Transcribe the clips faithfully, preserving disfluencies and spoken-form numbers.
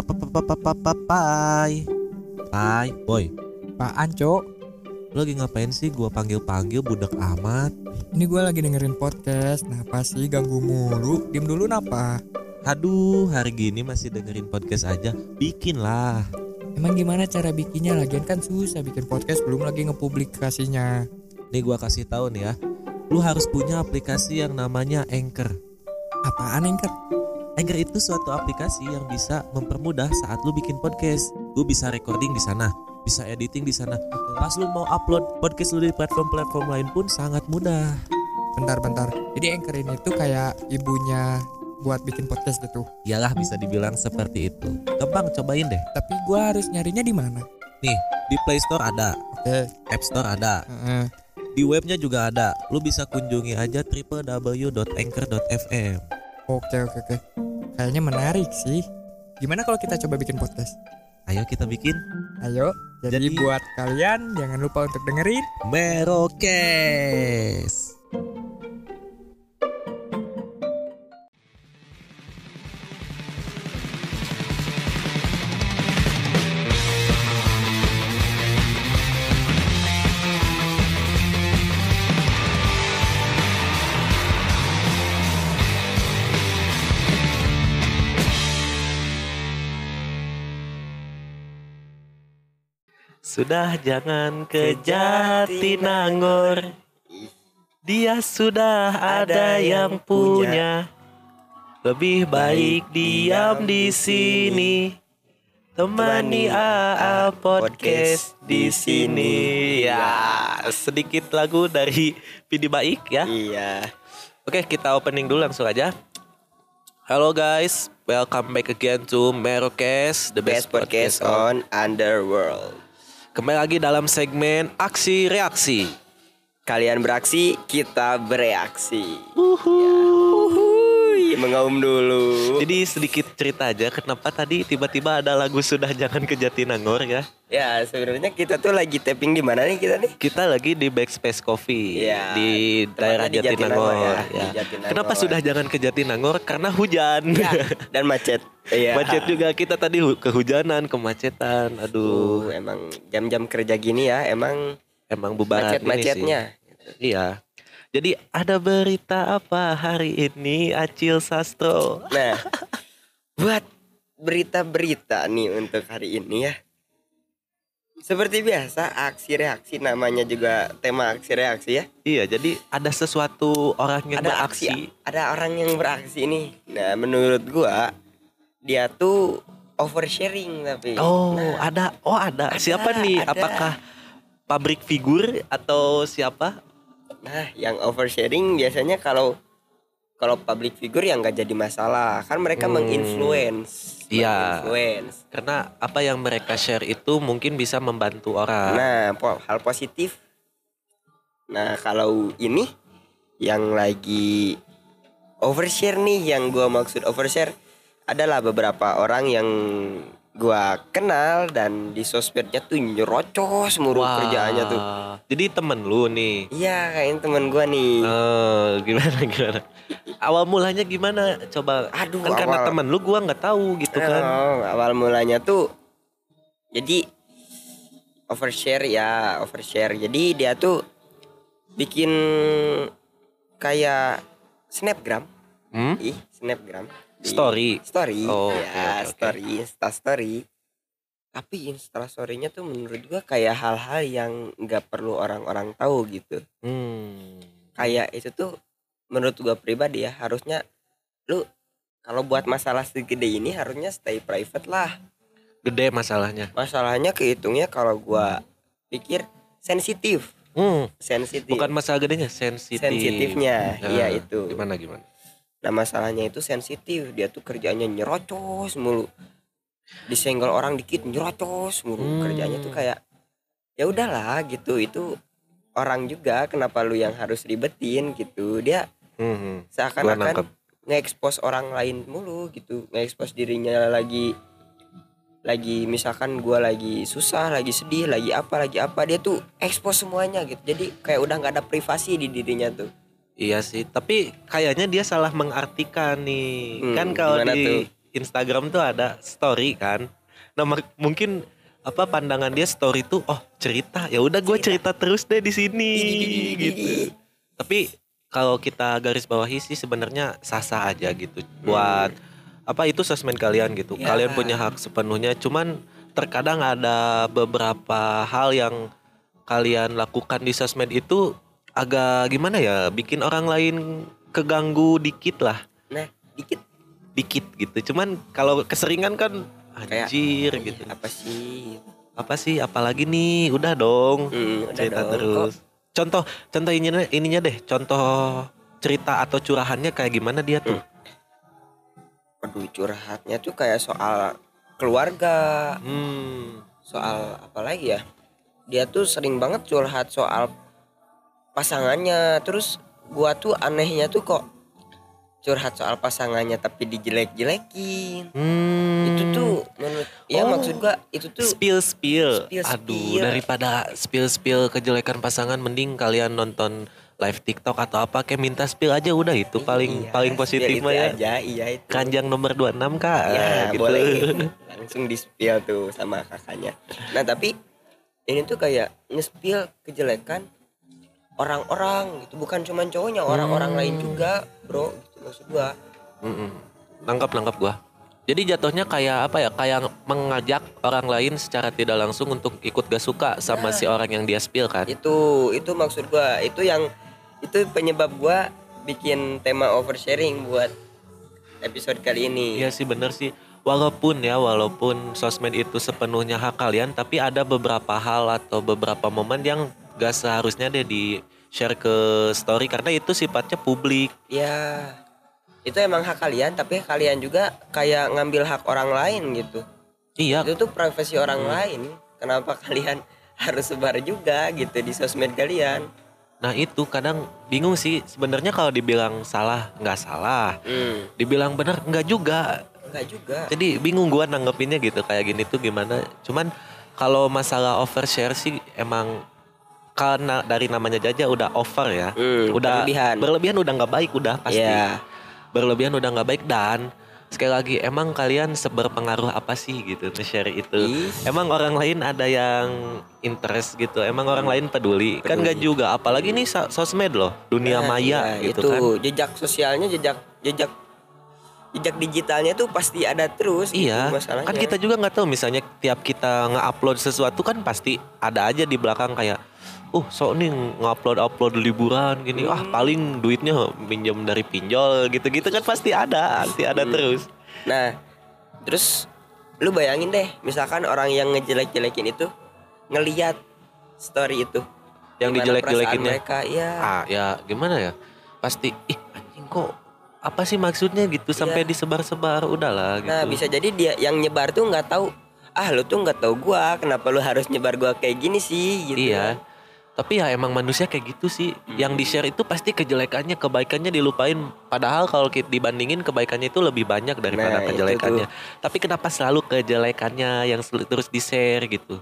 Pai, Pai, boy. Apaan, Cok? Lu lagi ngapain sih? Gua panggil-panggil budak amat. Ini gue lagi dengerin podcast. Napa sih ganggu mulu? Diem dulu napa? Aduh, hari gini masih dengerin podcast aja. Bikin lah. Emang gimana cara bikinnya? Lagian kan susah bikin podcast, belum lagi ngepublikasinya. Nih gua kasih tahu nih ya. Lu harus punya aplikasi yang namanya Anchor. Apaan, Anchor? Anchor itu suatu aplikasi yang bisa mempermudah saat lu bikin podcast. Lu bisa recording di sana, bisa editing di sana. Pas lu mau upload podcast lu di platform-platform lain pun sangat mudah. Bentar-bentar. Jadi Anchor ini tuh kayak ibunya buat bikin podcast gitu. Iyalah, bisa dibilang seperti itu. Gampang, cobain deh. Tapi gue harus nyarinya di mana? Nih, di Play Store ada, Oke. App Store ada, Heeh. di webnya juga ada. Lu bisa kunjungi aja w w w dot anchor dot f m. Oke, oke, oke. Kayaknya menarik sih. Gimana kalau kita coba bikin podcast? Ayo kita bikin Ayo. Jadi, Jadi- buat kalian jangan lupa untuk dengerin. Merokes. Sudah jangan ke Jatinangor, dia sudah ada yang punya. Lebih baik diam di sini, temani A A podcast di sini. Ya, sedikit lagu dari Pidi Baik ya. Iya. Oke, kita opening dulu langsung aja. Halo guys, welcome back again to Merokes, the best, Best podcast on Underworld. Kembali lagi dalam segmen aksi reaksi. Kalian beraksi, kita bereaksi. Uhuy, mengaum dulu. Jadi sedikit cerita aja kenapa tadi tiba-tiba ada lagu Sudah Jangan ke Jatinangor ya. Ya, sebenarnya kita tuh lagi tapping di mana nih kita nih? Kita lagi di Backspace Coffee Iya, di daerah tepatnya di Jatinangor, Jatinangor ya, ya. di Jatinangor. Kenapa sudah jangan ke Jatinangor? Karena hujan. Ya, dan macet. Iya. Macet juga, kita tadi hu- kehujanan, kemacetan. Aduh, Uh, emang jam-jam kerja gini ya, emang emang bubaran ini sih. macet-macetnya. Iya. Jadi ada berita apa hari ini, Acil Sastro? Nah, buat berita-berita nih untuk hari ini ya. Seperti biasa, aksi reaksi, namanya juga tema aksi reaksi ya. Iya, jadi ada sesuatu orang yang Ada beraksi. aksi, ada orang yang beraksi nih. Nah, menurut gua dia tuh oversharing tapi. Oh, Nah, ada. Oh, ada. ada, Siapa nih? ada. Apakah pabrik figur atau siapa? nah, yang oversharing biasanya kalau kalau public figure yang nggak jadi masalah, kan mereka Hmm. menginfluence. Iya. Menginfluence. Karena apa yang mereka share itu mungkin bisa membantu orang. Nah, po- hal positif. Nah, kalau ini yang lagi overshare nih, yang gua maksud overshare adalah beberapa orang yang gua kenal dan di sosmednya tuh nyerocos mulu Wah. kerjaannya tuh. Jadi temen lu nih. Iya, kayaknya temen gua nih. Eh, gimana gimana? Awal mulanya gimana? Coba. Aduh, kan karena awal- temen lu gua nggak tahu gitu kan. Oh, awal mulanya tuh jadi overshare ya, overshare. Jadi dia tuh bikin kayak snapgram. Hmm? Ih, snapgram. Di- Story. Story. Oh, ya, oke, oke, oke. story, Insta story. Tapi Insta story-nya tuh menurut gua kayak hal-hal yang nggak perlu orang-orang tahu gitu. Hmm. Kayak itu tuh menurut gua pribadi ya, harusnya lu kalau buat masalah segede ini harusnya stay private lah. Gede masalahnya. Masalahnya kehitungnya kalau gua pikir sensitif, Hmm. sensitif. Bukan masalah gedenya, sensitif. Sensitifnya, Nah, iya itu. Gimana gimana? Nah, masalahnya itu sensitif. Dia tuh kerjanya nyerocos mulu. Disenggol orang dikit nyerocos mulu. Hmm. Kerjanya tuh kayak ya udahlah gitu. Itu orang juga, kenapa lu yang harus ribetin gitu. Dia Hmm. Gua seakan-akan nangkep. nge-expose orang lain mulu gitu. Nge-expose dirinya lagi lagi misalkan gua lagi susah, lagi sedih, lagi apa, lagi apa, dia tuh expose semuanya gitu. Jadi kayak udah nggak ada privasi di dirinya tuh. Iya sih, tapi kayaknya dia salah mengartikan nih. Hmm, Kan kalau gimana di tuh? Instagram tuh ada story kan. Nah mak- mungkin apa pandangan dia story tuh oh cerita ya udah gue cerita terus deh di sini gitu. Tapi kalau kita garis bawahi sih sebenarnya sah-sah aja gitu buat apa itu sosmed kalian gitu. Ya. Kalian punya hak sepenuhnya. Cuman terkadang ada beberapa hal yang kalian lakukan di sosmed itu agak gimana ya, bikin orang lain keganggu dikit lah, Nah, dikit dikit gitu. Cuman kalau keseringan kan kayak anjir "Ih, gitu. apa sih?" Apa sih apalagi nih? Udah dong. Hmm, udah Cerita dong. terus. Contoh contoh ininya ininya deh, contoh cerita atau curahannya kayak gimana dia tuh? Aduh, curhatnya tuh kayak soal keluarga, Hmm. soal apa lagi ya? Dia tuh sering banget curhat soal pasangannya. Terus gua tuh anehnya tuh kok curhat soal pasangannya tapi dijelek-jelekin. Hmm. Itu tuh menurut ya Oh. maksud gua itu tuh spill spill. Spill, Aduh, spill. daripada spill spill kejelekan pasangan mending kalian nonton live TikTok atau apa kayak minta spill aja udah itu paling iya, paling spill positif itu mah ya. aja, iya itu. Keranjang nomor dua puluh enam Kak. Ya gitu. boleh langsung di spill tuh sama kakaknya. Nah tapi ini tuh kayak nge-spill kejelekan orang-orang gitu, bukan cuman cowoknya, orang-orang Hmm. lain juga bro gitu maksud gua. Mm-mm. Nangkap nangkap gua. Jadi jatuhnya kayak apa ya? Kayak mengajak orang lain secara tidak langsung untuk ikut gak suka sama si orang yang dia spill kan. Itu itu maksud gua, itu yang itu penyebab gua bikin tema oversharing buat episode kali ini. Iya sih bener sih. Walaupun ya walaupun sosmed itu sepenuhnya hak kalian, tapi ada beberapa hal atau beberapa momen yang gak seharusnya deh di share ke story karena itu sifatnya publik. Ya itu emang hak kalian, tapi kalian juga kayak ngambil hak orang lain gitu. Iya. Itu tuh privasi orang lain. Kenapa kalian harus sebar juga gitu di sosmed kalian? Nah itu kadang bingung sih sebenarnya kalau dibilang salah nggak salah, Hmm, dibilang benar nggak juga. enggak juga. Jadi bingung gua nanggepinnya gitu kayak gini tuh gimana. Cuman kalau masalah overshare sih emang karena dari namanya aja udah over ya. Hmm, udah berlebihan. berlebihan udah nggak baik udah pasti. Iya. Berlebihan udah nggak baik dan sekali lagi emang kalian seberpengaruh apa sih gitu nge-share itu. Ih. Emang orang lain ada yang interest gitu. Emang orang lain peduli. Kan nggak juga apalagi nih so- sosmed loh, dunia Nah, maya iya, gitu itu kan. jejak sosialnya, jejak jejak jejak digitalnya tuh pasti ada terus gitu Iya, masalahnya. kan kita juga nggak tahu misalnya tiap kita nge-upload sesuatu kan pasti ada aja di belakang kayak uh sok nih nge-upload upload liburan gini ah paling duitnya pinjam dari pinjol gitu-gitu kan pasti ada, pasti ada terus. Nah, terus lu bayangin deh, misalkan orang yang ngejelek-jelekin itu ngeliat story itu, Yang gimana dijelek-jelekinnya. perasaan mereka, ya. Ah ya gimana ya? Pasti ih anjing kok apa sih maksudnya gitu sampai Iya. disebar-sebar udahlah gitu. Nah, bisa jadi dia yang nyebar tuh nggak tahu. Ah, lu tuh nggak tahu gua, kenapa lu harus nyebar gua kayak gini sih gitu. Iya. Tapi ya emang manusia kayak gitu sih. Yang di-share itu pasti kejelekannya, kebaikannya dilupain. Padahal kalau kita dibandingin kebaikannya itu lebih banyak daripada Nah, itu kejelekannya. Tapi kenapa selalu kejelekannya yang sel- terus di-share gitu?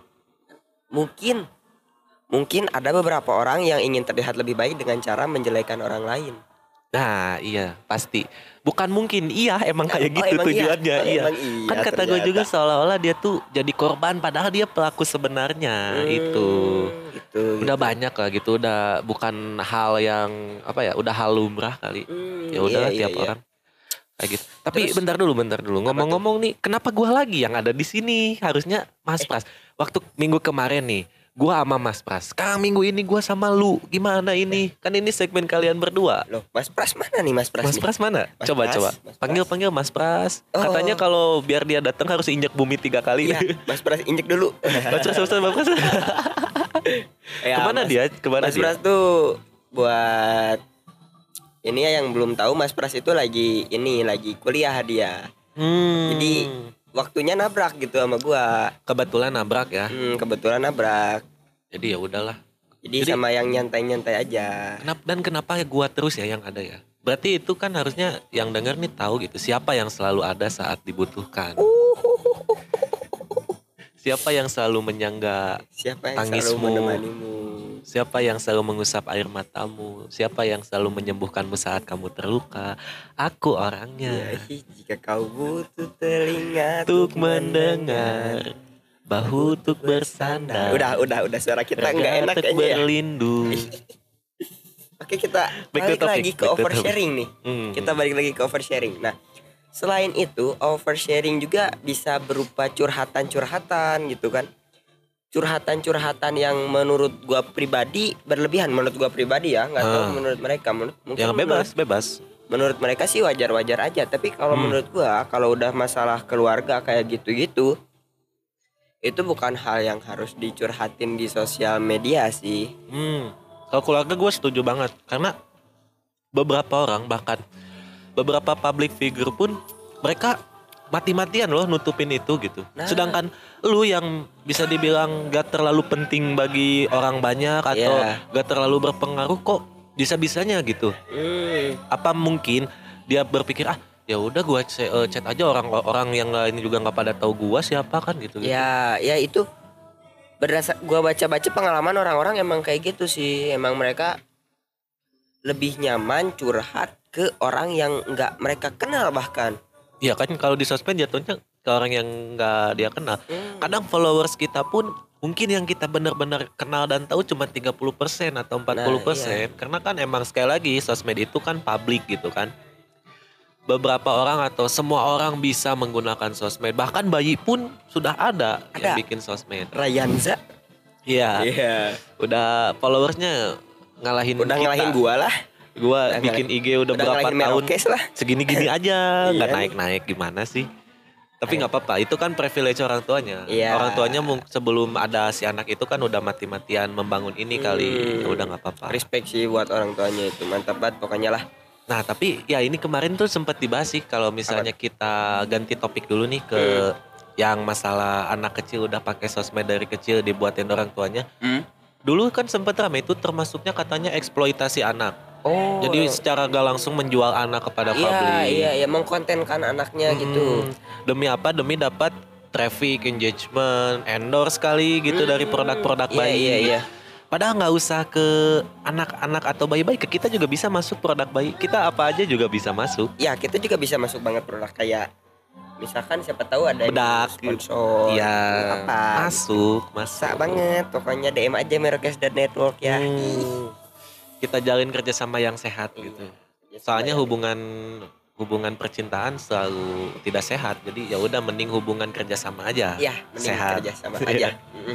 Mungkin mungkin ada beberapa orang yang ingin terlihat lebih baik dengan cara menjelekan orang lain. Nah iya pasti. Bukan mungkin, iya emang kayak Oh, gitu emang iya? tujuannya. Oh, Iya. emang iya Kan kata gue ternyata. juga seolah-olah dia tuh jadi korban padahal dia pelaku sebenarnya Hmm, itu. Gitu. Udah gitu. banyak lah gitu, udah bukan hal yang apa ya, udah hal lumrah kali. Hmm, Ya udahlah iya, tiap iya, iya. orang kayak gitu. Tapi Terus- bentar dulu, bentar dulu. Ngomong-ngomong nih, kenapa gua lagi yang ada di sini? Harusnya Mas Pras. Waktu minggu kemarin nih, gua sama Mas Pras. Sekarang minggu ini gua sama lu. Gimana ini? Kan ini segmen kalian berdua. Loh, Mas Pras mana nih Mas Pras? Mas nih? Pras mana? Mas coba Pras, coba. Mas Pras. Panggil panggil Mas Pras. Oh. Katanya kalau biar dia datang harus injak bumi tiga kali. Iya, Mas Pras injek dulu. Mas Pras, Mas Pras, Mas Pras. Ya, Kemana Mas- dia? Kemana Mas dia? Pras tuh buat ini ya yang belum tahu, Mas Pras itu lagi ini lagi kuliah dia. Hmm. Jadi waktunya nabrak gitu sama gua. kebetulan nabrak ya. Hmm, kebetulan nabrak. Jadi ya udahlah. Jadi, Jadi- sama yang nyantai-nyantai aja. Kenapa dan kenapa gua terus ya yang ada ya? Berarti itu kan harusnya yang denger nih tahu gitu siapa yang selalu ada saat dibutuhkan. Siapa yang selalu menyangga Siapa yang Tangismu. selalu menemanimu? Siapa yang selalu mengusap air matamu? Siapa yang selalu menyembuhkanmu saat kamu terluka? Aku orangnya. Ya, jika kau butuh telinga Untuk mendengar, bahu untuk bersandar. Udah, udah, udah suara kita Raga nggak enak untuk kayaknya ya. berlindung. Oke, kita Back to balik topic, lagi ke back to oversharing nih. Hmm. Kita balik lagi ke oversharing. Nah, selain itu oversharing juga bisa berupa curhatan-curhatan gitu kan. Curhatan-curhatan yang menurut gua pribadi berlebihan, menurut gua pribadi ya, nggak tahu Ah. menurut mereka. Menurut, mungkin Yang bebas, menurut, bebas. menurut mereka sih wajar-wajar aja. Tapi kalau Hmm. menurut gua, kalau udah masalah keluarga kayak gitu-gitu, itu bukan hal yang harus dicurhatin di sosial media sih. Hmm. Kalau keluarga gue setuju banget karena beberapa orang bahkan beberapa public figure pun mereka mati-matian loh nutupin itu gitu. Nah. Sedangkan lu yang bisa dibilang gak terlalu penting bagi orang banyak atau Iya. gak terlalu berpengaruh kok bisa-bisanya gitu. Hmm. Apa mungkin dia berpikir ah ya udah gue chat aja orang-orang yang lain juga nggak pada tahu gua siapa kan gitu. Ya, ya itu berdasar gua baca-baca pengalaman orang-orang emang kayak gitu sih. Emang mereka lebih nyaman curhat ke orang yang nggak mereka kenal bahkan. Iya kan kalau di sosmed jatuhnya ke orang yang nggak dia kenal. Hmm. Kadang followers kita pun mungkin yang kita benar-benar kenal dan tahu cuma tiga puluh persen atau empat puluh persen. Nah, Karena kan emang sekali lagi sosmed itu kan publik gitu kan. Beberapa orang atau semua orang bisa menggunakan sosmed. Bahkan bayi pun sudah ada, yang Ada. bikin sosmed. Rayanza. Iya. Iya. Udah followersnya ngalahin Udah kita. ngalahin gua lah. Gua Udah bikin I G udah, udah berapa ngalahin tahun. Merokes lah. Segini-gini aja, nggak Iya. naik-naik gimana sih? Tapi nggak apa-apa, itu kan privilege orang tuanya. Iya. Orang tuanya mung- sebelum ada si anak itu kan udah mati-matian membangun ini kali. Ya udah nggak apa-apa. Respect sih buat orang tuanya itu. Mantap banget pokoknya lah. Nah tapi ya ini kemarin tuh sempat dibahas sih kalau misalnya kita ganti topik dulu nih ke yang masalah anak kecil udah pakai sosmed dari kecil dibuatin orang tuanya. Hmm? Dulu kan sempat ramai itu termasuknya katanya eksploitasi anak. Oh. Jadi secara gak langsung menjual anak kepada iya, publik. iya, iya, mengkontenkan anaknya gitu. Hmm, Demi apa? Demi dapat traffic, engagement, endorse kali gitu dari produk-produk Iya, bayi. iya, iya. Padahal nggak usah ke anak-anak atau bayi-bayi, ke kita juga bisa masuk produk bayi. Kita apa aja juga bisa masuk. Ya, kita juga bisa masuk banget produk kayak misalkan siapa tahu ada yang Bedak, sponsor Iya, apa masuk, masa masuk. banget pokoknya D M aja Merokes dan Network ya. Hmm, kita jalin kerjasama yang sehat gitu. Soalnya hubungan hubungan percintaan selalu tidak sehat. Jadi ya udah mending hubungan kerjasama aja. ya mending sehat. kerja sama aja. Mm-mm.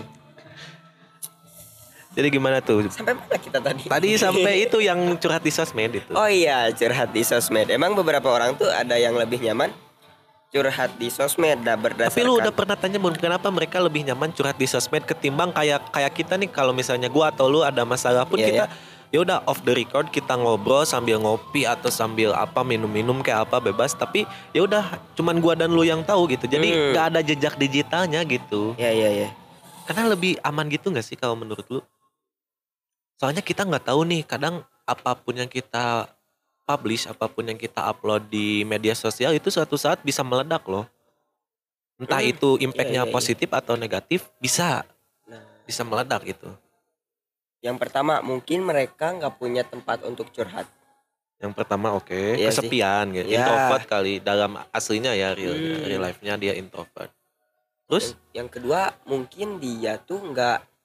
Jadi gimana tuh? Sampai mana kita tadi? Tadi sampai itu yang curhat di sosmed itu. Oh iya, curhat di sosmed. Emang beberapa orang tuh ada yang lebih nyaman curhat di sosmed. Nah, berdasarkan Tapi lu udah pernah tanya belum kenapa mereka lebih nyaman curhat di sosmed ketimbang kayak kayak kita nih kalau misalnya gua atau lu ada masalah pun Iya, kita ya udah off the record kita ngobrol sambil ngopi atau sambil apa minum-minum kayak apa bebas tapi ya udah cuman gua dan lu yang tahu gitu. Jadi Hmm. nggak ada jejak digitalnya gitu. Ya, ya, ya. Karena lebih aman gitu nggak sih kalau menurut lu? Soalnya kita nggak tahu nih kadang apapun yang kita publish, apapun yang kita upload di media sosial itu suatu saat bisa meledak loh. Entah Hmm, itu impactnya iya, iya, iya. positif atau negatif bisa Nah, bisa meledak itu. yang pertama mungkin mereka nggak punya tempat untuk curhat. Yang pertama oke Iya sih. kesepian gitu, Iya. introvert kali dalam aslinya ya real, Hmm. real life-nya dia introvert. Terus Yang, yang kedua mungkin dia tuh nggak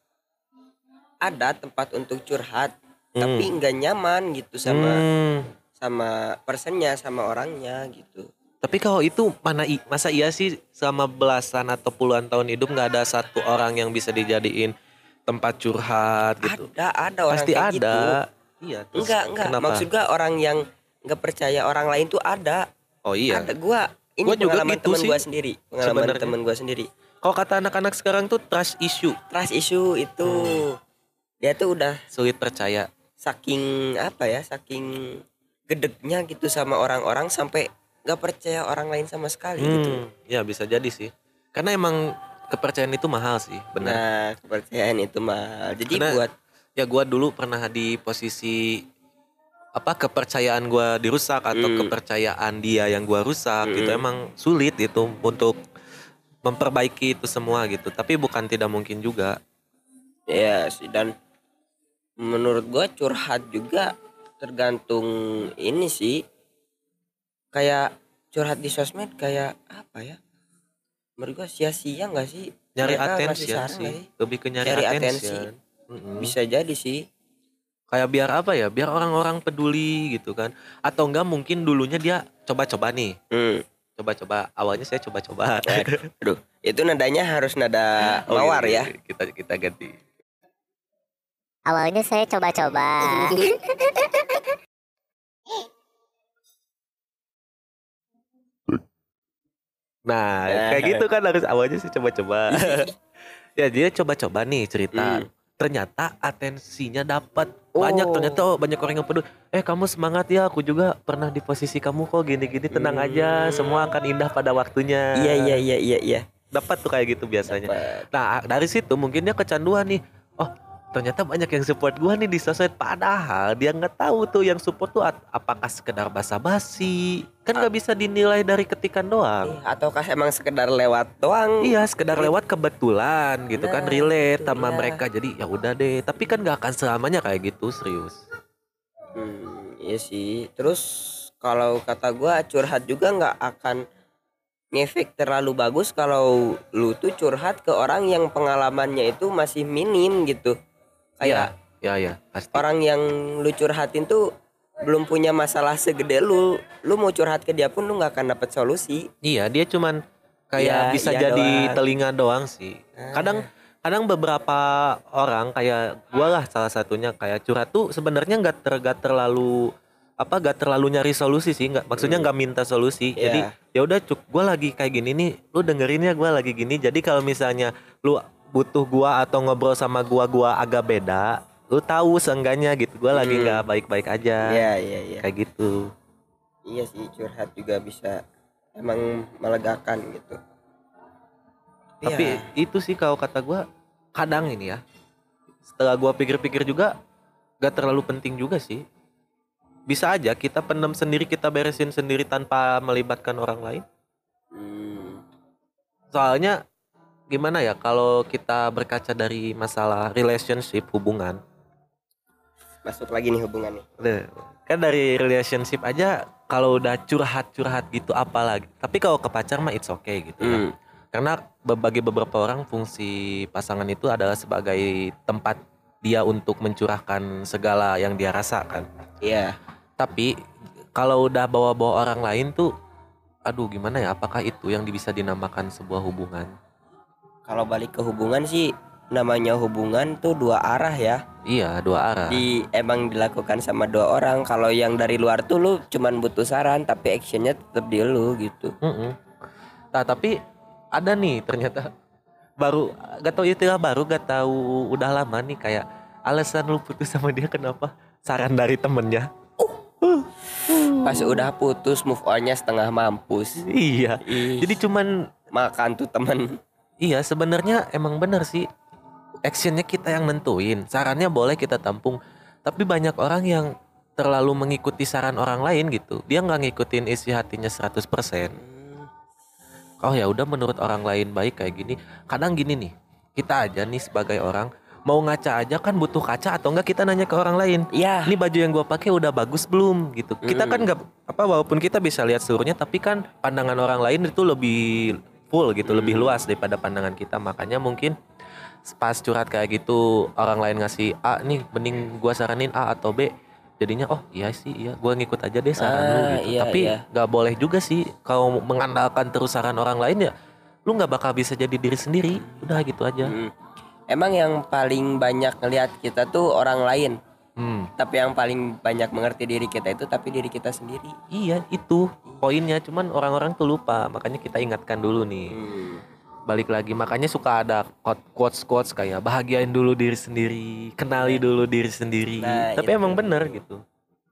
ada tempat untuk curhat, tapi Hmm. nggak nyaman gitu sama Hmm. sama personnya, sama orangnya gitu. Tapi kalau itu mana i- masa iya sih selama belasan atau puluhan tahun hidup nggak ada satu orang yang bisa dijadiin tempat curhat gitu? Ada, ada orang Pasti kayak ada. gitu. Iya. terus Enggak, enggak. kenapa? Maksud gua orang yang nggak percaya orang lain tuh ada. Oh iya. Ada gua. Ini Gua juga pengalaman gitu teman sih, gua sendiri. Pengalaman sebenarnya. teman gua sendiri. Kalau kata anak-anak sekarang tuh trust issue, Trust issue itu Hmm. dia tuh udah sulit percaya. saking apa ya, saking gedeknya gitu sama orang-orang sampai nggak percaya orang lain sama sekali gitu. Hmm, ya bisa jadi sih. Karena emang kepercayaan itu mahal sih, benar. Nah, kepercayaan itu mah. Jadi Karena- buat Ya gua dulu pernah di posisi apa kepercayaan gua dirusak atau Hmm. kepercayaan dia yang gua rusak Hmm. gitu emang sulit itu untuk memperbaiki itu semua gitu. Tapi bukan tidak mungkin juga. ya sih, dan menurut gua curhat juga tergantung ini sih. Kayak curhat di sosmed kayak apa ya? Menurut gua sia-sia nggak sih? Nyari Mereka ngasih attention saran sih, nggak sih? lebih ke nyari, Nyari attention. atensi. Mm-mm. Bisa jadi sih. Kayak biar apa ya? Biar orang-orang peduli gitu kan. Atau enggak mungkin dulunya dia coba-coba nih. Hmm. Coba-coba. Awalnya saya coba-coba. Aduh, itu nadanya harus nada Oh, mawar gitu. ya. Kita kita ganti. Awalnya saya coba-coba. Nah, kayak gitu kan harus awalnya sih coba-coba. Ya dia coba-coba nih cerita. Hmm. Ternyata atensinya dapat banyak, Oh. ternyata oh, banyak orang yang peduli. Eh kamu semangat ya, aku juga pernah di posisi kamu kok gini-gini, tenang Hmm. aja, semua akan indah pada waktunya. Iya iya iya iya iya. Dapat tuh kayak gitu biasanya. Dapat. Nah dari situ mungkin dia kecanduan nih. Oh ternyata banyak yang support gua nih di sosmed. Padahal dia nggak tahu tuh yang support tuh at- apakah sekedar basa-basi. Kan nggak bisa dinilai dari ketikan doang. Eh, ataukah emang sekedar lewat doang? Iya sekedar lewat kebetulan gitu kan, Nah, relate itu sama dia. mereka. Jadi ya udah deh. Tapi kan nggak akan selamanya kayak gitu, serius. Hmm, iya sih. Terus kalau kata gua curhat juga nggak akan ngefek terlalu bagus kalau lu tuh curhat ke orang yang pengalamannya itu masih minim gitu. Kayak Ya ya pasti. orang yang lu curhatin tuh belum punya masalah segede lu. Lu mau curhat ke dia pun lu nggak akan dapet solusi. Iya dia cuman kayak Iya, bisa iya jadi doang. telinga doang sih. Kadang kadang beberapa orang kayak gua lah salah satunya kayak curhat tuh sebenarnya nggak ter, nggak terlalu apa nggak terlalu nyari solusi sih, nggak maksudnya nggak minta solusi. Iya. Jadi ya udah cuk gua lagi kayak gini nih, lu dengerin ya gua lagi gini. Jadi kalau misalnya lu butuh gua atau ngobrol sama gua gua agak beda, lu tahu seenggaknya gitu gua lagi Hmm. nggak baik-baik aja. Iya iya iya. Kayak gitu. Iya sih curhat juga bisa emang melegakan gitu. Tapi Iya. itu sih kalau kata gua kadang ini ya. Setelah gua pikir-pikir juga gak terlalu penting juga sih. Bisa aja kita pendam sendiri, kita beresin sendiri tanpa melibatkan orang lain. Hmm. Soalnya gimana ya kalau kita berkaca dari masalah relationship, hubungan. Masuk lagi nih hubungan nih. Nah, kan dari relationship aja kalau udah curhat-curhat gitu apalagi. Tapi kalau ke pacar mah it's okay gitu ya. Hmm. Karena be- bagi beberapa orang fungsi pasangan itu adalah sebagai tempat dia untuk mencurahkan segala yang dia rasakan. Iya. Tapi kalau udah bawa-bawa orang lain tuh, aduh gimana ya? Apakah itu yang bisa dinamakan sebuah hubungan? Kalau balik ke hubungan sih namanya hubungan tuh dua arah ya. Iya, dua arah. Di emang dilakukan sama dua orang. Kalau yang dari luar tuh lu cuman butuh saran tapi actionnya tetap di lu gitu. Mm-mm. Nah, tapi ada nih ternyata baru gak tahu istilah baru gak tahu udah lama nih kayak alasan lu putus sama dia kenapa? Saran dari temennya. Pas udah putus move on-nya setengah mampus. Iya. Ih, Jadi cuman makan tuh temen. iya sebenarnya emang benar sih. Actionnya kita yang nentuin. Sarannya boleh kita tampung. Tapi banyak orang yang terlalu mengikuti saran orang lain gitu. Dia nggak ngikutin isi hatinya seratus persen. Oh ya udah menurut orang lain baik kayak gini. Kadang gini nih. Kita aja nih sebagai orang mau ngaca aja kan butuh kaca atau enggak kita nanya ke orang lain. Iya. Ini baju yang gua pakai udah bagus belum gitu. Kita kan nggak apa walaupun kita bisa lihat seluruhnya tapi kan pandangan orang lain itu lebih full gitu, lebih luas daripada pandangan kita. Makanya mungkin pas curhat kayak gitu orang lain ngasih A nih mending gua saranin A atau B. Jadinya oh iya sih iya gua ngikut aja deh saran lu Ah, gitu. iya, Tapi iya. nggak boleh juga sih kalau mengandalkan terus saran orang lain ya lu nggak bakal bisa jadi diri sendiri. Udah gitu aja. Hmm. Emang yang paling banyak ngelihat kita tuh orang lain. Hmm. Tapi yang paling banyak mengerti diri kita itu tapi diri kita sendiri. Iya itu poinnya, cuman orang-orang tuh lupa, makanya kita ingatkan dulu nih. Hmm. Balik lagi, makanya suka ada quotes-quotes kayak bahagiain dulu diri sendiri, kenali dulu diri sendiri. Nah, Tapi itu. emang bener gitu.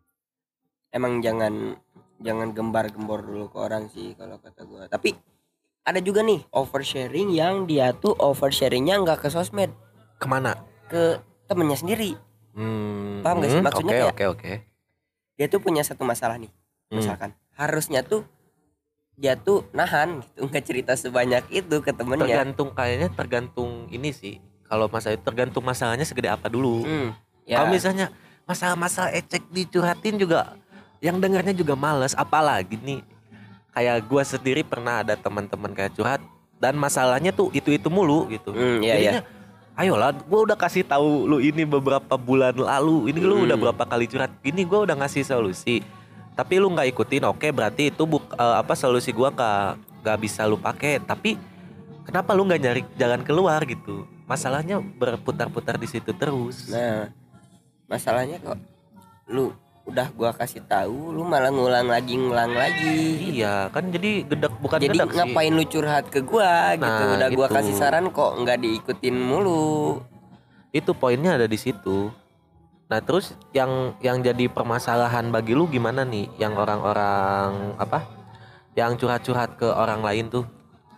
Emang jangan jangan gembar-gembor dulu ke orang sih kalau kata gua. Tapi ada juga nih oversharing yang dia tuh oversharingnya nggak ke sosmed, Kemana? ke temennya sendiri. Hmm, Paham gak sih? hmm, Maksudnya Oke kayak- oke oke. Dia tuh punya satu masalah nih. Hmm. Misalkan harusnya tuh dia tuh nahan gitu nggak cerita sebanyak itu ke temennya. Tergantung kayaknya tergantung ini sih. Kalau masalah itu tergantung masalahnya segede apa dulu. Hmm. Ya. Kalau misalnya masalah-masalah ecek dicurhatin juga, yang dengarnya juga males. Apalagi nih, kayak gue sendiri pernah ada teman-teman kayak curhat dan masalahnya tuh itu-itu mulu gitu. Hmm, iya, Jadinya, ayolah, gue udah kasih tahu lu ini beberapa bulan lalu. Ini lu Hmm. udah berapa kali curhat? Gini gue udah ngasih solusi. Tapi lu nggak ikutin, oke berarti itu buk, eh, apa solusi gue nggak nggak bisa lu pakai. Tapi kenapa lu nggak nyari jalan keluar gitu? Masalahnya berputar-putar di situ terus. Nah, masalahnya kok lu udah gua kasih tahu, lu malah ngulang lagi ngulang lagi. Iya, kan jadi gedek bukan Jadi gedek sih. ngapain lu curhat ke gua gitu? Nah, Udah gua itu. kasih saran kok nggak diikutin mulu. Itu poinnya ada di situ. Nah, terus yang yang jadi permasalahan bagi lu gimana nih? Yang orang-orang apa? Yang curhat-curhat ke orang lain tuh.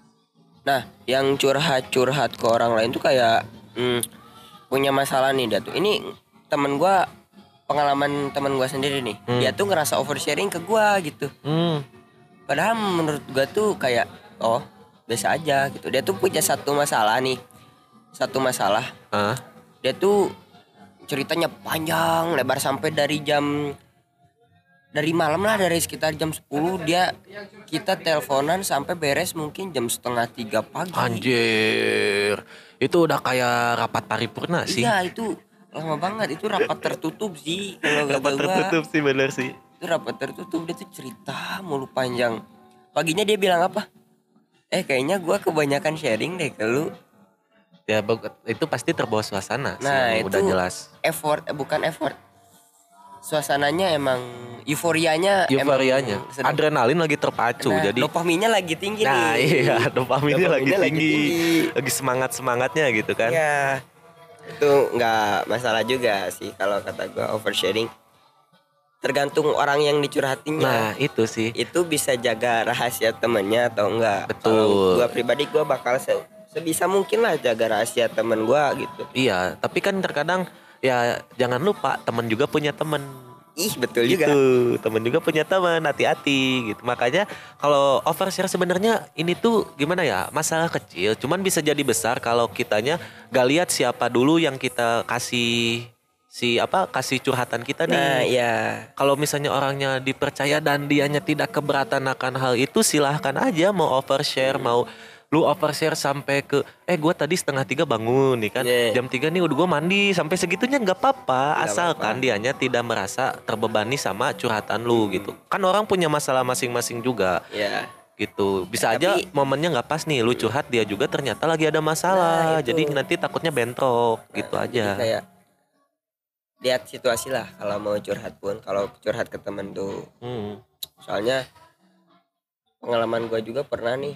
Nah, yang curhat-curhat ke orang lain tuh kayak hmm, punya masalah nih dia tuh. Ini temen gua, pengalaman temen gua sendiri nih. Hmm. Dia tuh ngerasa oversharing ke gua gitu. Hmm. Padahal menurut gua tuh kayak oh biasa aja gitu. Dia tuh punya satu masalah nih, satu masalah. Ah. Dia tuh ceritanya panjang lebar sampai dari jam dari malam lah, dari sekitar jam sepuluh dia kita teleponan sampai beres mungkin jam setengah tiga pagi. Anjir. Itu udah kayak rapat paripurna sih. Iya itu lama banget, itu rapat tertutup sih kalau kata Rapat gua. tertutup sih, bener sih. Itu rapat tertutup, dia tuh cerita mulu panjang. Paginya dia bilang apa? Eh kayaknya gua kebanyakan sharing deh ke lu. Ya bag- itu pasti terbawa suasana sih, Nah, yang udah itu jelas. Effort eh, bukan effort. Suasananya emang euforianya Euforianya, emang sedang- adrenalin lagi terpacu, Nah, jadi dopaminnya lagi tinggi nah nih. iya dopaminnya lagi Dopaminnya lagi tinggi, tinggi. lagi semangat semangatnya gitu kan. Iya. Itu nggak masalah juga sih kalau kata gua oversharing. Tergantung orang yang dicurhatinnya. Nah itu sih. Itu bisa jaga rahasia temennya atau enggak. Betul. Kalau gua pribadi gua bakal se- sebisa mungkin lah jaga rahasia temen gua gitu. Iya, tapi kan terkadang ya jangan lupa teman juga punya teman. Ih betul Gitu, juga. temen juga punya teman, hati-hati gitu. Makanya kalau overshare sebenarnya ini tuh gimana ya, masalah kecil, cuman bisa jadi besar kalau kitanya gak lihat siapa dulu yang kita kasih si apa kasih curhatan kita nih. Nah iya. Kalau misalnya orangnya dipercaya dan dianya tidak keberatan akan hal itu, silahkan aja mau overshare, mau lu overshare sampai ke eh gue tadi setengah tiga bangun nih kan, Yeah. jam tiga nih udah gue mandi, sampai segitunya nggak apa-apa, Nggak asalkan dianya tidak merasa terbebani sama curhatan lu gitu. Kan orang punya masalah masing-masing juga Iya. gitu. Bisa aja Tapi- momennya nggak pas nih, lu curhat dia juga ternyata lagi ada Nah, masalah, itu. jadi nanti takutnya bentrok gitu Nah, aja. jadi kayak lihat situasi lah kalau mau curhat pun. Kalau curhat ke temen tuh, Hmm. soalnya pengalaman gue juga pernah nih.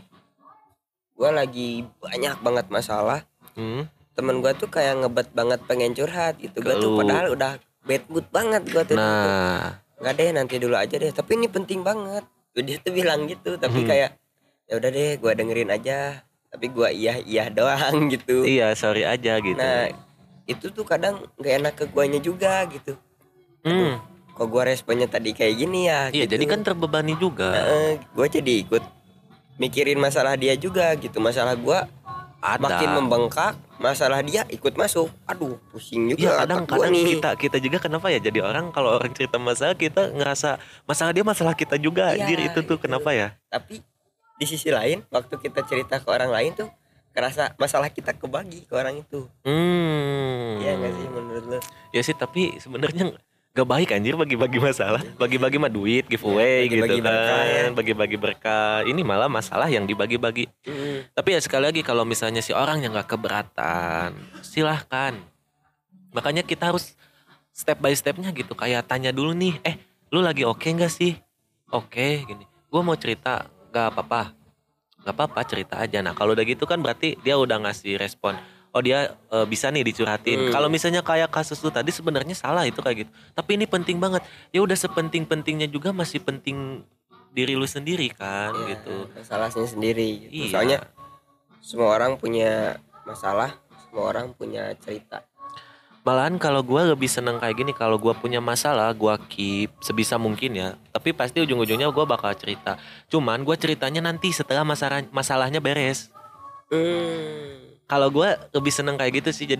Gue lagi banyak banget masalah. Hmm. Temen gue tuh kayak ngebet banget pengen curhat gitu. Gue tuh Lu. padahal udah bad mood banget gue tuh. Nah, Nggak deh, nanti dulu aja deh. Tapi ini penting banget. Dia tuh bilang gitu. Tapi Hmm. kayak ya udah deh, gue dengerin aja. Tapi gue iya iya doang gitu. iya sorry aja gitu. Nah itu tuh kadang nggak enak ke guanya juga gitu. Hmm. Kok gue responnya tadi kayak gini ya? Iya, gitu. jadi kan terbebani juga. gue jadi ikut mikirin masalah dia juga gitu. Masalah gue Ada. makin membengkak, masalah dia ikut masuk. Aduh, pusing juga. Iya, otak kadang gua kadang nih. kita kita juga kenapa ya jadi orang kalau orang cerita masalah kita ngerasa masalah dia masalah kita juga. Iya, Anjir itu tuh itu. kenapa ya? Tapi di sisi lain, waktu kita cerita ke orang lain tuh kerasa masalah kita kebagi ke orang itu. Hmm. Iya nggak sih menurut lo? Ya sih, tapi sebenarnya gak baik anjir bagi-bagi masalah. Bagi-bagi mah duit giveaway Ya, gitu bagi-bagi berkah ya. kan. Bagi-bagi berkah. Ini malah masalah yang dibagi-bagi. Hmm. Tapi ya sekali lagi kalau misalnya si orang yang gak keberatan, silahkan. Makanya kita harus step by stepnya gitu. Kayak tanya dulu nih, eh lu lagi oke gak sih? Oke gini, gue mau cerita, gak apa-apa. Gak apa-apa cerita aja. Nah kalau udah gitu kan berarti dia udah ngasih respon. Oh dia e, bisa nih dicurhatin. Hmm. Kalau misalnya kayak kasus lu tadi sebenarnya salah itu kayak gitu. Tapi ini penting banget. Ya udah sepenting-pentingnya juga masih penting diri lu sendiri kan Ya, gitu. masalahnya sendiri gitu. Iya. Soalnya semua orang punya masalah, semua orang punya cerita. Malahan kalau gue lebih seneng kayak gini, kalau gue punya masalah gue keep sebisa mungkin ya. Tapi pasti ujung-ujungnya gue bakal cerita. Cuman gue ceritanya nanti setelah masalah masalahnya beres. Hmm. Kalau gue lebih seneng kayak gitu sih. Jadi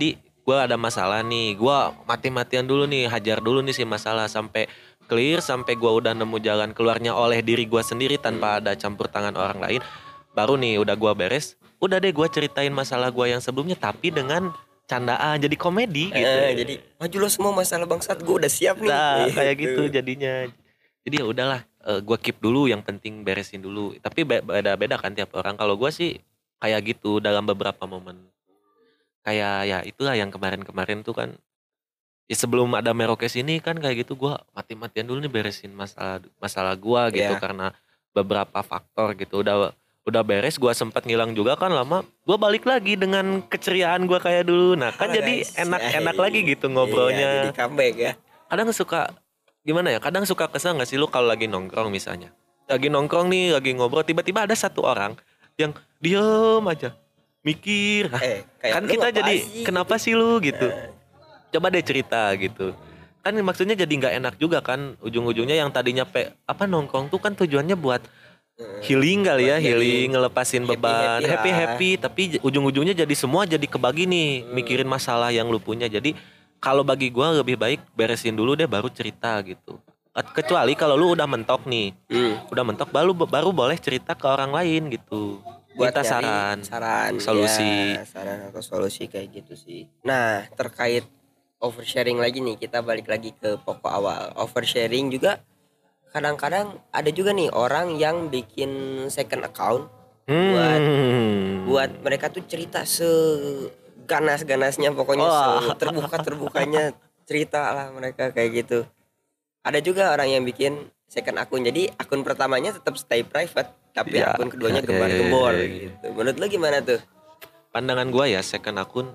gue ada masalah nih, gue mati-matian dulu nih, hajar dulu nih si masalah sampai clear, sampai gue udah nemu jalan keluarnya oleh diri gue sendiri tanpa ada campur tangan orang lain. Baru nih udah gue beres, udah deh gue ceritain masalah gue yang sebelumnya tapi dengan candaan, jadi komedi gitu. Eh, jadi maju lo semua masalah bangsat, gue udah siap nih. Nah, kayak gitu jadinya. Jadi ya udahlah, uh, gue keep dulu, yang penting beresin dulu. Tapi be- beda-beda kan tiap orang. Kalau gue sih kayak gitu dalam beberapa momen. Kayak ya itulah yang kemarin-kemarin tuh kan. Ya sebelum ada Merokes ini kan kayak gitu, gue mati-matian dulu nih beresin masalah masalah gue gitu. Iya. Karena beberapa faktor gitu. Udah udah beres, gue sempat ngilang juga kan lama. Gue balik lagi dengan keceriaan gue kayak dulu. Nah kan Halo, jadi guys. enak-enak Iya, lagi gitu Iya, ngobrolnya. jadi comeback ya. Kadang suka gimana ya, kadang suka kesel gak sih lu kalau lagi nongkrong misalnya, lagi nongkrong nih, lagi ngobrol, tiba-tiba ada satu orang yang diem aja mikir. Hah, Eh, kayak kan lu kita ngapain jadi sih? kenapa sih lu gitu, coba deh cerita gitu kan, maksudnya jadi nggak enak juga kan, ujung-ujungnya yang tadinya pe, apa nongkrong tuh kan tujuannya buat healing kali ya, Buat jadi healing, ngelepasin beban, happy-happy happy lah. happy, tapi ujung-ujungnya jadi semua jadi kebagi nih, mikirin masalah yang lu punya. Jadi kalau bagi gua lebih baik beresin dulu deh baru cerita gitu. Kecuali kalau lu udah mentok nih, Hmm. udah mentok baru baru boleh cerita ke orang lain gitu. Buat Minta nyari saran, saran, solusi. ya, saran atau solusi kayak gitu sih. Nah, terkait oversharing lagi nih, kita balik lagi ke pokok awal. Oversharing juga kadang-kadang ada juga nih orang yang bikin second account buat Hmm. buat mereka tuh cerita seganas-ganasnya, pokoknya Wah. terbuka-terbukanya cerita lah mereka kayak gitu. Ada juga orang yang bikin second akun, jadi akun pertamanya tetap stay private tapi Ya, akun keduanya ya, gembar-gembor ya, ya, ya. gitu. Menurut lo gimana tuh? Pandangan gua ya second akun,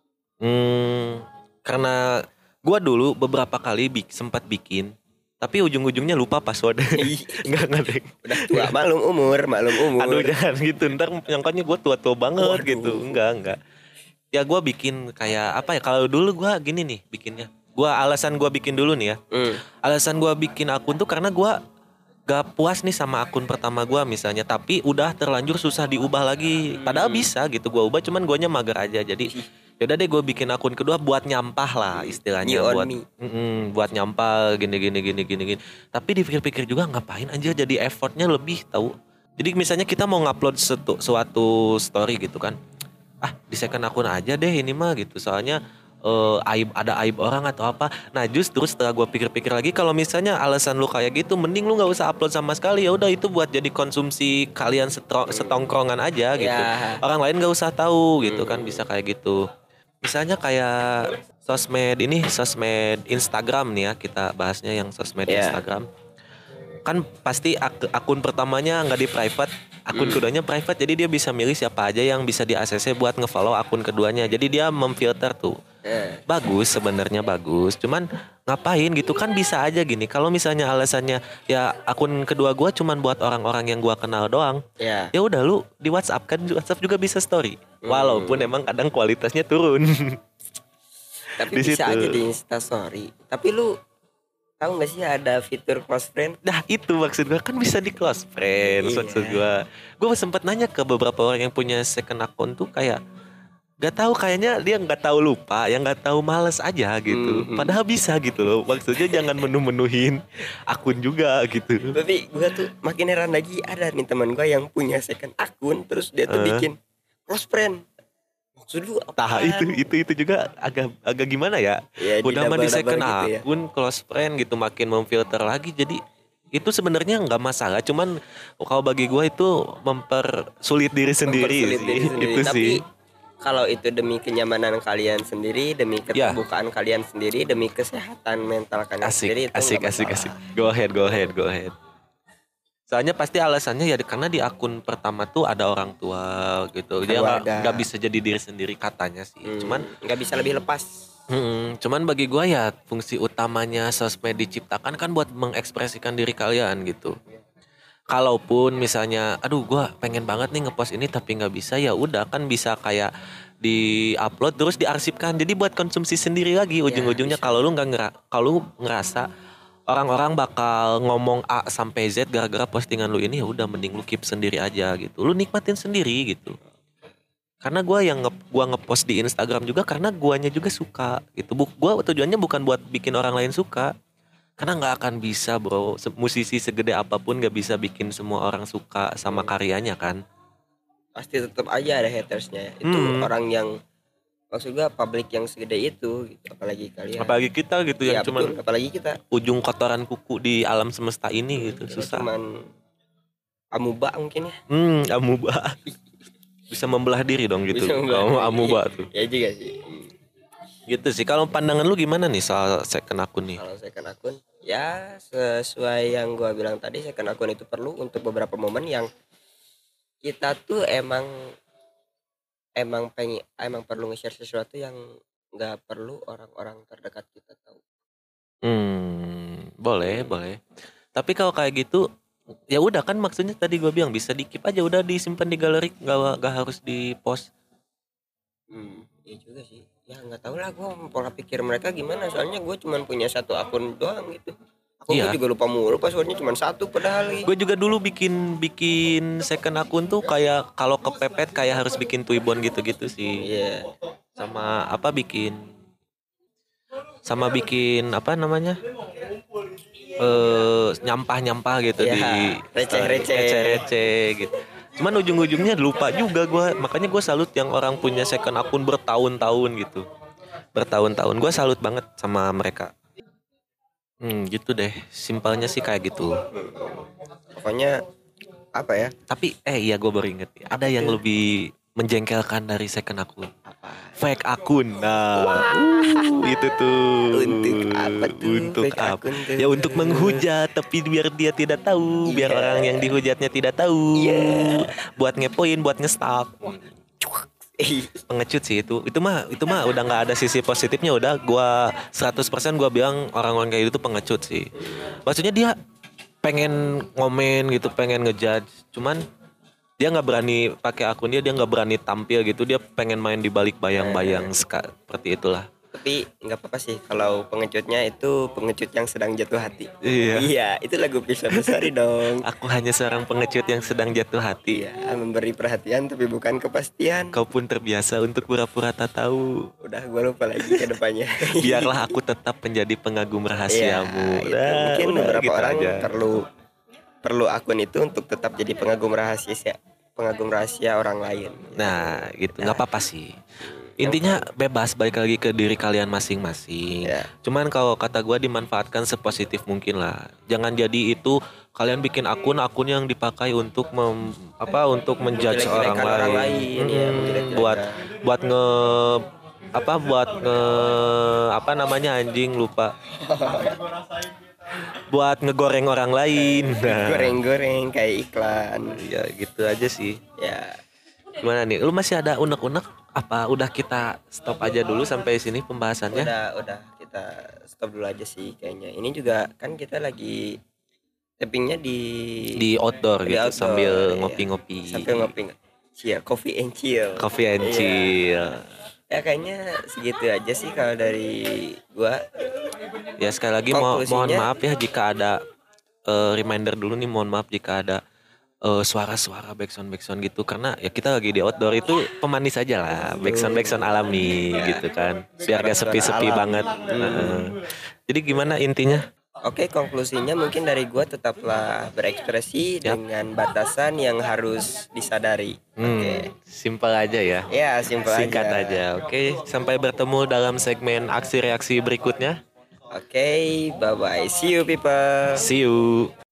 hmm, karena gua dulu beberapa kali bik, sempat bikin, tapi ujung-ujungnya lupa password. Enggak enggak deh. Udah tua, maklum umur, maklum umur. Aduh jangan gitu, ntar nyangkanya gue tua-tua banget. Waduh. Gitu. Enggak enggak. Ya gue bikin kayak apa ya, kalau dulu gue gini nih bikinnya. Gue alasan gue bikin dulu nih ya. Hmm. Alasan gue bikin akun tuh karena gue gak puas nih sama akun pertama gue misalnya, tapi udah terlanjur susah diubah lagi. Padahal bisa gitu gue ubah, cuman guanya mager aja. Jadi yaudah deh gue bikin akun kedua buat nyampah lah istilahnya, You on buat me. mm-mm, buat nyampah gini gini gini gini gini. Tapi dipikir-pikir juga ngapain aja, jadi effortnya lebih tahu. Jadi misalnya kita mau ngupload setu, suatu story gitu kan, ah di second akun aja deh ini mah gitu, soalnya eh, aib ada aib orang atau apa. Nah justru setelah gue pikir-pikir lagi, kalau misalnya alasan lu kayak gitu, mending lu nggak usah upload sama sekali. Ya udah itu buat jadi konsumsi kalian setro, setongkrongan aja gitu. Ya. Orang lain nggak usah tahu gitu kan, bisa kayak gitu. Misalnya kayak sosmed ini, sosmed Instagram nih ya, kita bahasnya yang sosmed Ya. Instagram. Kan pasti ak- akun pertamanya nggak di private, akun Hmm. keduanya private, jadi dia bisa milih siapa aja yang bisa di A C C buat ngefollow akun keduanya. Jadi dia memfilter tuh. Eh. Bagus sebenarnya, bagus, cuman ngapain gitu kan, bisa aja gini. Kalau misalnya alasannya ya akun kedua gua cuman buat orang-orang yang gua kenal doang, Ya. ya udah lu di WhatsApp kan, WhatsApp juga bisa story. Walaupun emang kadang kualitasnya turun. Tapi Di bisa situ. aja di Instastory. Tapi lu tahu nggak sih ada fitur close friend? Nah itu maksud gue, kan bisa di close friends. Iya. Maksud gue gue sempat nanya ke beberapa orang yang punya second account tuh, kayak gak tahu, kayaknya dia nggak tahu lupa, yang nggak tahu males aja gitu. Mhm. Padahal bisa gitu loh, maksudnya jangan menu-menuhin akun juga gitu. Tapi gue tuh makin heran lagi, ada nih teman gue yang punya second akun, terus dia tuh Eh. bikin close friend. Maksud lu apa? Tah itu itu itu juga agak agak gimana ya? Ya, Udah mah di didabel-dabel second gitu ya. akun, close friend gitu, makin memfilter lagi. Jadi itu sebenarnya nggak masalah, cuman kalau bagi gue itu mempersulit diri sendiri Mempersulit sih. diri sendiri. Itu Tapi sih. kalau itu demi kenyamanan kalian sendiri, demi Ya. keterbukaan kalian sendiri, demi kesehatan mental kalian sendiri, Asik, itu asik, nggak asik, masalah. asik. Go ahead, go ahead, go ahead. Soalnya pasti alasannya ya karena di akun pertama tuh ada orang tua gitu. Dia nggak Keluarga. nggak bisa jadi diri sendiri katanya sih. Hmm, Cuman, nggak bisa lebih lepas. mm, cuman bagi gua ya fungsi utamanya sosmed diciptakan kan buat mengekspresikan diri kalian gitu. Kalaupun misalnya, aduh gua pengen banget nih ngepost ini tapi nggak bisa, ya udah kan bisa kayak di-upload terus diarsipkan. Jadi buat konsumsi sendiri lagi ujung-ujungnya. bisa. Kalau lu nggak ngera, kalau lu ngerasa orang-orang bakal ngomong A sampai Z gara-gara postingan lu ini, ya udah mending lu keep sendiri aja gitu. Lu nikmatin sendiri gitu. Karena gue yang nge gua ngepost di Instagram juga karena guanya juga suka gitu. Bu, gua tujuannya bukan buat bikin orang lain suka. Karena nggak akan bisa bro, Se- musisi segede apapun nggak bisa bikin semua orang suka sama karyanya kan. Pasti tetap aja ada hatersnya. Itu Hmm. orang yang maksud gua publik yang segede itu gitu. Apalagi kalian. Apalagi kita gitu Iya, yang cuman betul. Apalagi kita ujung kotoran kuku di alam semesta ini gitu, Kita susah. cuman amuba mungkin ya. Hmm, amuba. Bisa membelah diri dong gitu. Bisa membelah Kalau diri. amuba tuh. Ya juga sih. Hmm. Gitu sih. Kalau pandangan lu gimana nih soal second akun nih? Kalau second akun ya sesuai yang gua bilang tadi, second akun itu perlu untuk beberapa momen yang kita tuh emang emang pengen emang perlu nge-share sesuatu yang nggak perlu orang-orang terdekat kita tahu. Hmm, boleh, boleh. Tapi kalau kayak gitu, ya udah kan maksudnya tadi gue bilang bisa di keep aja, udah disimpan di galeri, nggak nggak harus di post. Hmm, iya juga sih. Ya nggak tahu lah gua pola pikir mereka gimana. Soalnya gue cuma punya satu akun doang gitu. Aku Iya. juga lupa mulu passwordnya cuma satu padahal. Ih. Gue juga dulu bikin bikin second akun tuh kayak kalau kepepet kayak harus bikin Twibbon gitu-gitu sih. Iya. Sama apa bikin sama bikin apa namanya? Eh nyampah-nyampah gitu Iya, di receh-receh. receh-receh gitu. Cuman ujung-ujungnya lupa juga gue. Makanya gue salut yang orang punya second akun bertahun-tahun gitu. Bertahun-tahun. Gue salut banget sama mereka. Hmm, gitu deh. Simpelnya sih kayak gitu. Pokoknya apa ya? Tapi eh iya gue baru inget. Ada yang lebih menjengkelkan dari second akun. Fake akun. Nah, uh, itu tuh. Untuk apa tuh Untuk fake apa? akun tuh? Ya untuk menghujat, tapi biar dia tidak tahu, biar Iya. orang yang dihujatnya tidak tahu. Iya. Buat ngepoin, buat nge-stalk. Pengecut sih itu. Itu mah itu mah udah nggak ada sisi positifnya, udah gua seratus persen gua bilang orang-orang kayak gitu tuh pengecut sih. Maksudnya dia pengen ngomen gitu, pengen ngejudge, cuman dia nggak berani pakai akun dia, dia nggak berani tampil gitu, dia pengen main di balik bayang-bayang ska- seperti itulah. Tapi nggak apa-apa sih kalau pengecutnya itu pengecut yang sedang jatuh hati. Iya. Iya, itu lagu Pisah Besari dong. Aku hanya seorang pengecut yang sedang jatuh hati. Iya, memberi perhatian tapi bukan kepastian. Kau pun terbiasa untuk pura-pura tak tahu. Udah gue lupa lagi ke depannya. Biarlah aku tetap menjadi pengagum rahasiamu. Iya, itu Udah, mungkin udah beberapa gitu orang aja. perlu perlu akun itu untuk tetap jadi pengagum rahasia pengagum rahasia orang lain. Nah, gitu nggak apa-apa sih. Intinya bebas, balik lagi ke diri kalian masing-masing. Ya. Cuman kalau kata gue dimanfaatkan sepositif mungkin lah. Jangan jadi itu kalian bikin akun akun yang dipakai untuk mem, apa untuk menjudge orang Menjelek-jelekan lain. orang lain, ya, Hmm, menjelek-jelekan. buat buat nge apa buat nge apa namanya anjing lupa. Buat ngegoreng orang lain. Nah, Goreng-goreng kayak iklan. ya gitu aja sih. Ya, Gimana nih? Lu masih ada unek-unek? Apa udah kita stop aja dulu sampai sini pembahasannya? udah udah kita stop dulu aja sih kayaknya. Ini juga kan kita lagi tappingnya di Di outdoor Di gitu outdoor, sambil iya. ngopi-ngopi. sambil ngopi. Chill, coffee and chill. Coffee and Iya. chill. Ya kayaknya segitu aja sih kalau dari gua. Ya sekali lagi mo- mohon Konklusinya- maaf ya jika ada eh, reminder dulu nih, mohon maaf jika ada eh, suara-suara backsound backsound gitu karena ya kita lagi di outdoor itu pemanis aja lah, backsound backsound alami gitu kan. Biar gak Suara-suara sepi-sepi alam. banget. Heeh. Jadi gimana intinya? Oke, konklusinya mungkin dari gua tetaplah berekspresi Yap. dengan batasan yang harus disadari. Hmm, Oke. simpel aja ya. Ya, simpel Singkat aja. aja. Oke, sampai bertemu dalam segmen aksi reaksi berikutnya. Oke, bye bye. See you people. See you.